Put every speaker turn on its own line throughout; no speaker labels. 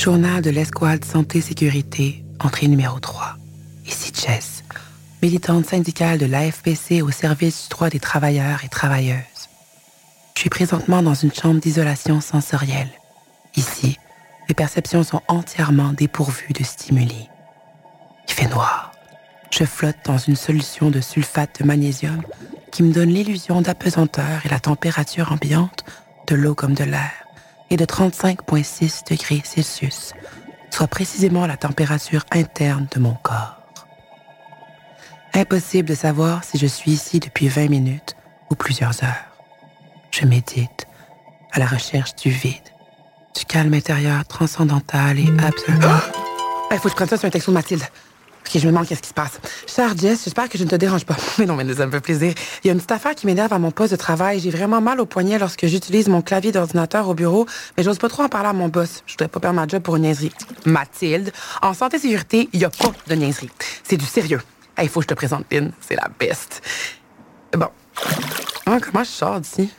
Journal de l'escouade santé-sécurité, entrée numéro 3. Ici Jess, militante syndicale de l'AFPC au service du droit des travailleurs et travailleuses. Je suis présentement dans une chambre d'isolation sensorielle. Ici, mes perceptions sont entièrement dépourvues de stimuli. Il fait noir. Je flotte dans une solution de sulfate de magnésium qui me donne l'illusion d'apesanteur et la température ambiante de l'eau comme de l'air est de 35,6 degrés Celsius, soit précisément la température interne de mon corps. Impossible de savoir si je suis ici depuis 20 minutes ou plusieurs heures. Je médite à la recherche du vide, du calme intérieur transcendantal et absolu. Il faut que je prenne ça sur un texto de Mathilde. OK, je me demande qu'est-ce qui se passe. Cher Jess, j'espère que je ne te dérange pas. Mais non, mais ça me fait plaisir. Il y a une petite affaire qui m'énerve à mon poste de travail. J'ai vraiment mal au poignet lorsque j'utilise mon clavier d'ordinateur au bureau, mais j'ose pas trop en parler à mon boss. Je voudrais pas perdre ma job pour une niaiserie. Mathilde, en santé-sécurité, il y a pas de niaiserie. C'est du sérieux. Il faut que je te présente Pin. C'est la best. Bon. Comment je sors d'ici?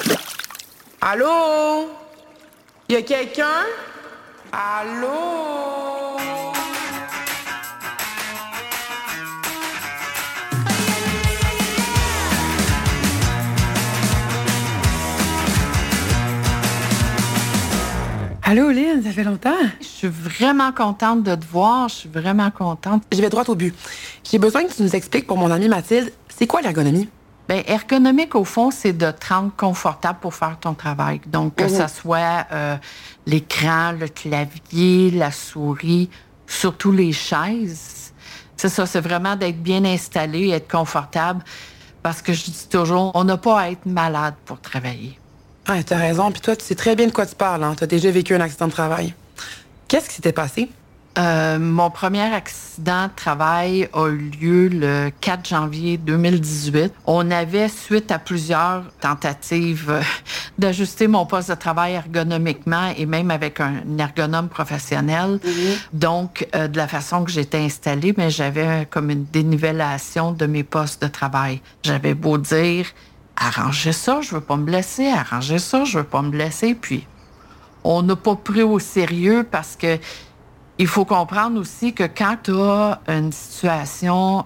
Allô? Y a quelqu'un? Allô? Allô, Lynn, ça fait longtemps?
Je suis vraiment contente de te voir. Je suis vraiment contente.
Je vais droit au but. J'ai besoin que tu nous expliques pour mon amie Mathilde, c'est quoi l'ergonomie?
Bien, ergonomique, au fond, c'est de te rendre confortable pour faire ton travail. Donc, que ce soit l'écran, le clavier, la souris, surtout les chaises. C'est ça, c'est vraiment d'être bien installé, être confortable. Parce que je dis toujours, on n'a pas à être malade pour travailler.
Ah, t'as raison. Puis toi, tu sais très bien de quoi tu parles. Hein? T'as déjà vécu un accident de travail. Qu'est-ce qui s'était passé?
Mon premier accident de travail a eu lieu le 4 janvier 2018. On avait, suite à plusieurs tentatives d'ajuster mon poste de travail ergonomiquement et même avec un ergonome professionnel. Donc, de la façon que j'étais installée, mais j'avais comme une dénivellation de mes postes de travail. J'avais beau dire... arranger ça, je veux pas me blesser, arranger ça, je veux pas me blesser. Puis, on n'a pas pris au sérieux parce que il faut comprendre aussi que quand tu as une situation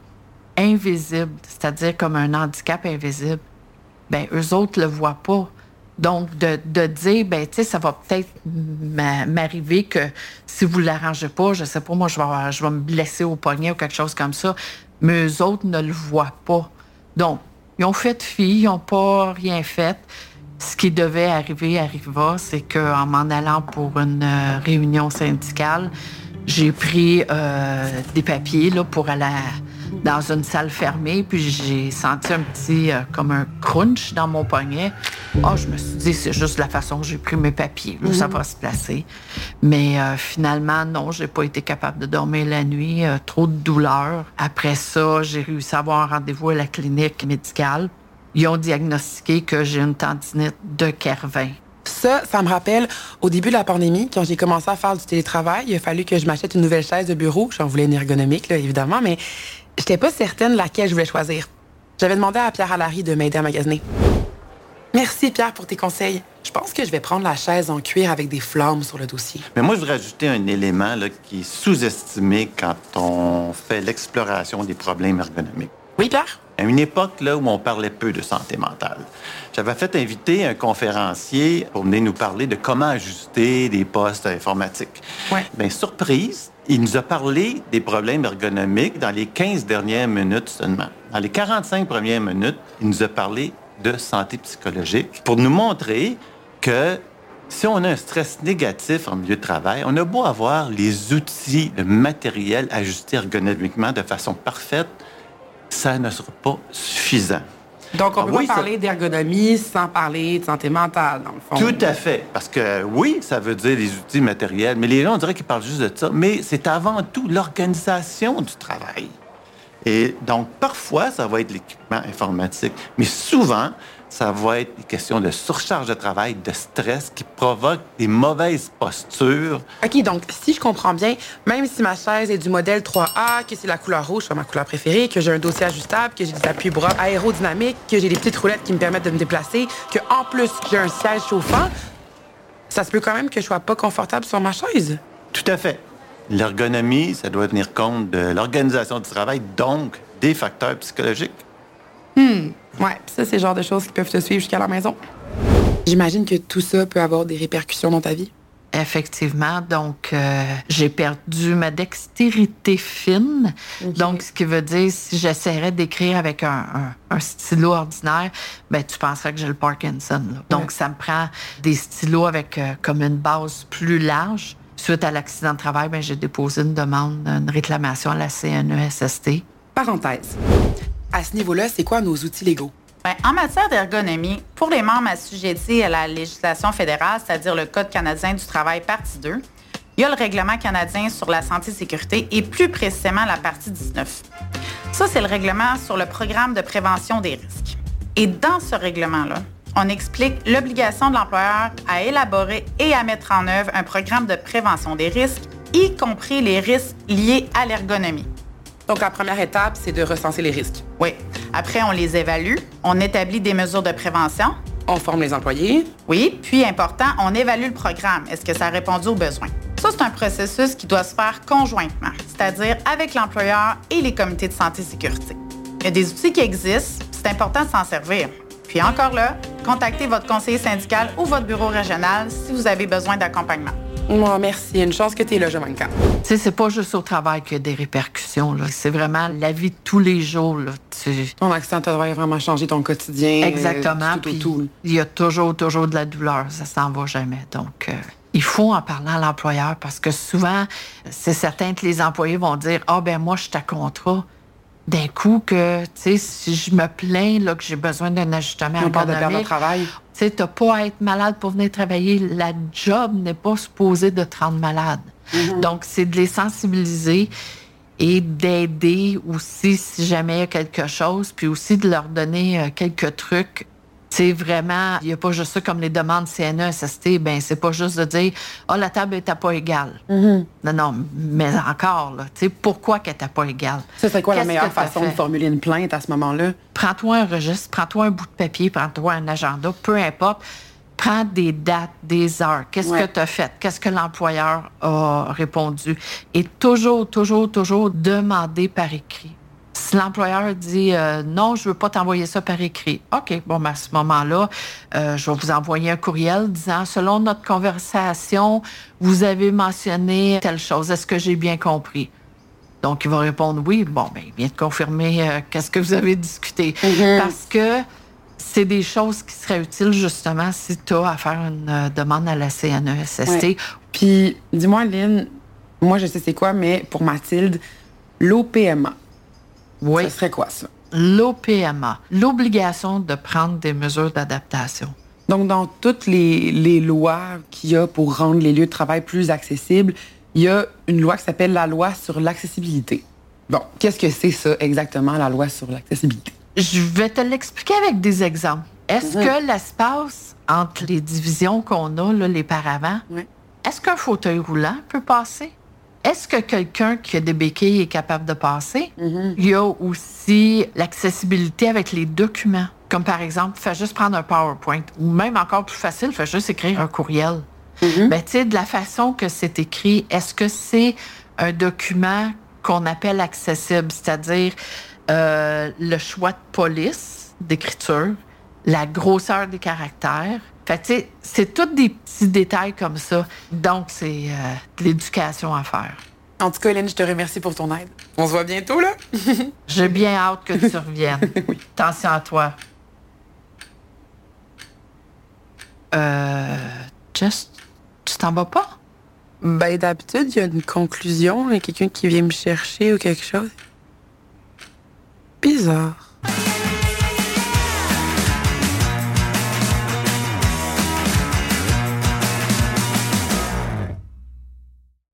invisible, c'est-à-dire comme un handicap invisible, ben eux autres le voient pas. Donc, de dire, ben tu sais, ça va peut-être m'arriver que si vous l'arrangez pas, je sais pas, moi, je vais me blesser au poignet ou quelque chose comme ça, mais eux autres ne le voient pas. Donc, ils ont fait fi, ils n'ont pas rien fait. Ce qui devait arriver arriva, c'est qu'en m'en allant pour une réunion syndicale, j'ai pris des papiers là, pour aller dans une salle fermée, puis j'ai senti un petit, comme un crunch dans mon poignet. Je me suis dit, c'est juste la façon que j'ai pris mes papiers, là, ça va se placer. Mais finalement, non, j'ai pas été capable de dormir la nuit, trop de douleur. Après ça, j'ai réussi à avoir un rendez-vous à la clinique médicale. Ils ont diagnostiqué que j'ai une tendinite de Kervin.
Ça me rappelle, au début de la pandémie, quand j'ai commencé à faire du télétravail, il a fallu que je m'achète une nouvelle chaise de bureau. J'en voulais une ergonomique, là, évidemment, mais j'étais pas certaine laquelle je voulais choisir. J'avais demandé à Pierre Allary de m'aider à magasiner. Merci, Pierre, pour tes conseils. Je pense que je vais prendre la chaise en cuir avec des flammes sur le dossier.
Mais moi, je voudrais ajouter un élément là, qui est sous-estimé quand on fait l'exploration des problèmes ergonomiques.
Oui, Pierre?
À une époque là, où on parlait peu de santé mentale, j'avais fait inviter un conférencier pour venir nous parler de comment ajuster des postes informatiques.
Ouais.
Bien, surprise, il nous a parlé des problèmes ergonomiques dans les 15 dernières minutes seulement. Dans les 45 premières minutes, il nous a parlé de santé psychologique pour nous montrer que si on a un stress négatif en milieu de travail, on a beau avoir les outils, le matériel ajusté ergonomiquement de façon parfaite, ça ne sera pas suffisant.
Donc, on peut pas parler d'ergonomie sans parler de santé mentale, dans le fond.
Tout à fait. Parce que, oui, ça veut dire les outils matériels, mais les gens, on dirait qu'ils parlent juste de ça. Mais c'est avant tout l'organisation du travail. Et donc, parfois, ça va être l'équipement informatique. Mais souvent, ça va être des questions de surcharge de travail, de stress qui provoquent des mauvaises postures.
OK, donc, si je comprends bien, même si ma chaise est du modèle 3A, que c'est la couleur rouge, c'est ma couleur préférée, que j'ai un dossier ajustable, que j'ai des appuis bras aérodynamiques, que j'ai des petites roulettes qui me permettent de me déplacer, qu'en plus, j'ai un siège chauffant, Ça se peut quand même que je sois pas confortable sur ma chaise.
Tout à fait. L'ergonomie, ça doit tenir compte de l'organisation du travail, donc des facteurs psychologiques.
Ouais, ça, c'est le genre de choses qui peuvent te suivre jusqu'à la maison. J'imagine que tout ça peut avoir des répercussions dans ta vie.
Effectivement. Donc, j'ai perdu ma dextérité fine.
Okay.
Donc, ce qui veut dire, si j'essaierais d'écrire avec un stylo ordinaire, ben tu penserais que j'ai le Parkinson. Là. Donc, ça me prend des stylos avec comme une base plus large. Suite à l'accident de travail, ben j'ai déposé une demande, une réclamation à la CNESST.
Parenthèse. À ce niveau-là, c'est quoi nos outils légaux?
Bien, en matière d'ergonomie, pour les membres assujettis à la législation fédérale, c'est-à-dire le Code canadien du travail, partie 2, il y a le Règlement canadien sur la santé et sécurité et plus précisément la partie 19. Ça, c'est le règlement sur le programme de prévention des risques. Et dans ce règlement-là, on explique l'obligation de l'employeur à élaborer et à mettre en œuvre un programme de prévention des risques, y compris les risques liés à l'ergonomie.
Donc, la première étape, c'est de recenser les risques.
Oui. Après, on les évalue, on établit des mesures de prévention.
On forme les employés.
Oui, puis important, on évalue le programme. Est-ce que ça a répondu aux besoins? Ça, c'est un processus qui doit se faire conjointement, c'est-à-dire avec l'employeur et les comités de santé et sécurité. Il y a des outils qui existent, c'est important de s'en servir. Puis encore là, contactez votre conseiller syndical ou votre bureau régional si vous avez besoin d'accompagnement.
Oh, merci. Une chance que tu es là, Joanka.
Tu sais, c'est pas juste au travail qu'il y a des répercussions. Là. C'est vraiment la vie de tous les jours. Là.
Ton accident de travail a vraiment changé ton quotidien.
Exactement. Tout. Il y a toujours de la douleur. Ça s'en va jamais. Donc, il faut en parler à l'employeur parce que souvent, c'est certain que les employés vont dire « Ah, ben moi, je suis à contrat. » D'un coup, que, tu sais, si je me plains là, que j'ai besoin d'un ajustement
on parle de perte de
ergonomique,
travail.
tu sais, t'as pas à être malade pour venir travailler. La job n'est pas supposée de te rendre malade. Mm-hmm. Donc, c'est de les sensibiliser et d'aider aussi si jamais il y a quelque chose, puis aussi de leur donner quelques trucs. Tu sais, vraiment, il n'y a pas juste ça comme les demandes CNESST, ben c'est pas juste de dire « Ah, la table est à pas égale.
Mm-hmm.
Non, mais encore, là, tu sais, pourquoi qu'elle est à pas égale?
Ça, c'est quoi la meilleure façon de formuler une plainte à ce moment-là?
Prends-toi un registre, prends-toi un bout de papier, prends-toi un agenda, peu importe. Prends des dates, des heures. Qu'est-ce que tu as fait? Qu'est-ce que l'employeur a répondu? Et toujours demander par écrit. Si l'employeur dit non, je veux pas t'envoyer ça par écrit. OK, bon, ben à ce moment-là, je vais vous envoyer un courriel disant selon notre conversation, vous avez mentionné telle chose. Est-ce que j'ai bien compris? Donc, il va répondre oui. Bon, ben il vient de confirmer qu'est-ce que vous avez discuté. Mm-hmm. Parce que c'est des choses qui seraient utiles, justement, si tu as à faire une demande à la CNESST.
Ouais. Puis, dis-moi, Lynn, moi, je sais c'est quoi, mais pour Mathilde, l'OPMA.
Oui.
Ce serait quoi, ça?
L'OPMA, l'obligation de prendre des mesures d'adaptation.
Donc, dans toutes les lois qu'il y a pour rendre les lieux de travail plus accessibles, il y a une loi qui s'appelle la loi sur l'accessibilité. Bon, qu'est-ce que c'est ça, exactement, la loi sur l'accessibilité?
Je vais te l'expliquer avec des exemples. Est-ce que l'espace entre les divisions qu'on a, là, les paravents, est-ce qu'un fauteuil roulant peut passer? Est-ce que quelqu'un qui a des béquilles est capable de passer? Il y a aussi l'accessibilité avec les documents. Comme par exemple, fais juste prendre un PowerPoint. Ou même encore plus facile, fais juste écrire un courriel. Ben, tu sais, de la façon que c'est écrit, est-ce que c'est un document qu'on appelle accessible? C'est-à-dire le choix de police, d'écriture, la grosseur des caractères. Fait que, tu sais, c'est tous des petits détails comme ça. Donc, c'est de l'éducation à faire.
En tout cas, Hélène, je te remercie pour ton aide. On se voit bientôt, là?
J'ai bien hâte que tu reviennes. Attention à toi. Jess, tu t'en vas pas?
Ben, d'habitude, il y a une conclusion, il y a quelqu'un qui vient me chercher ou quelque chose. Bizarre.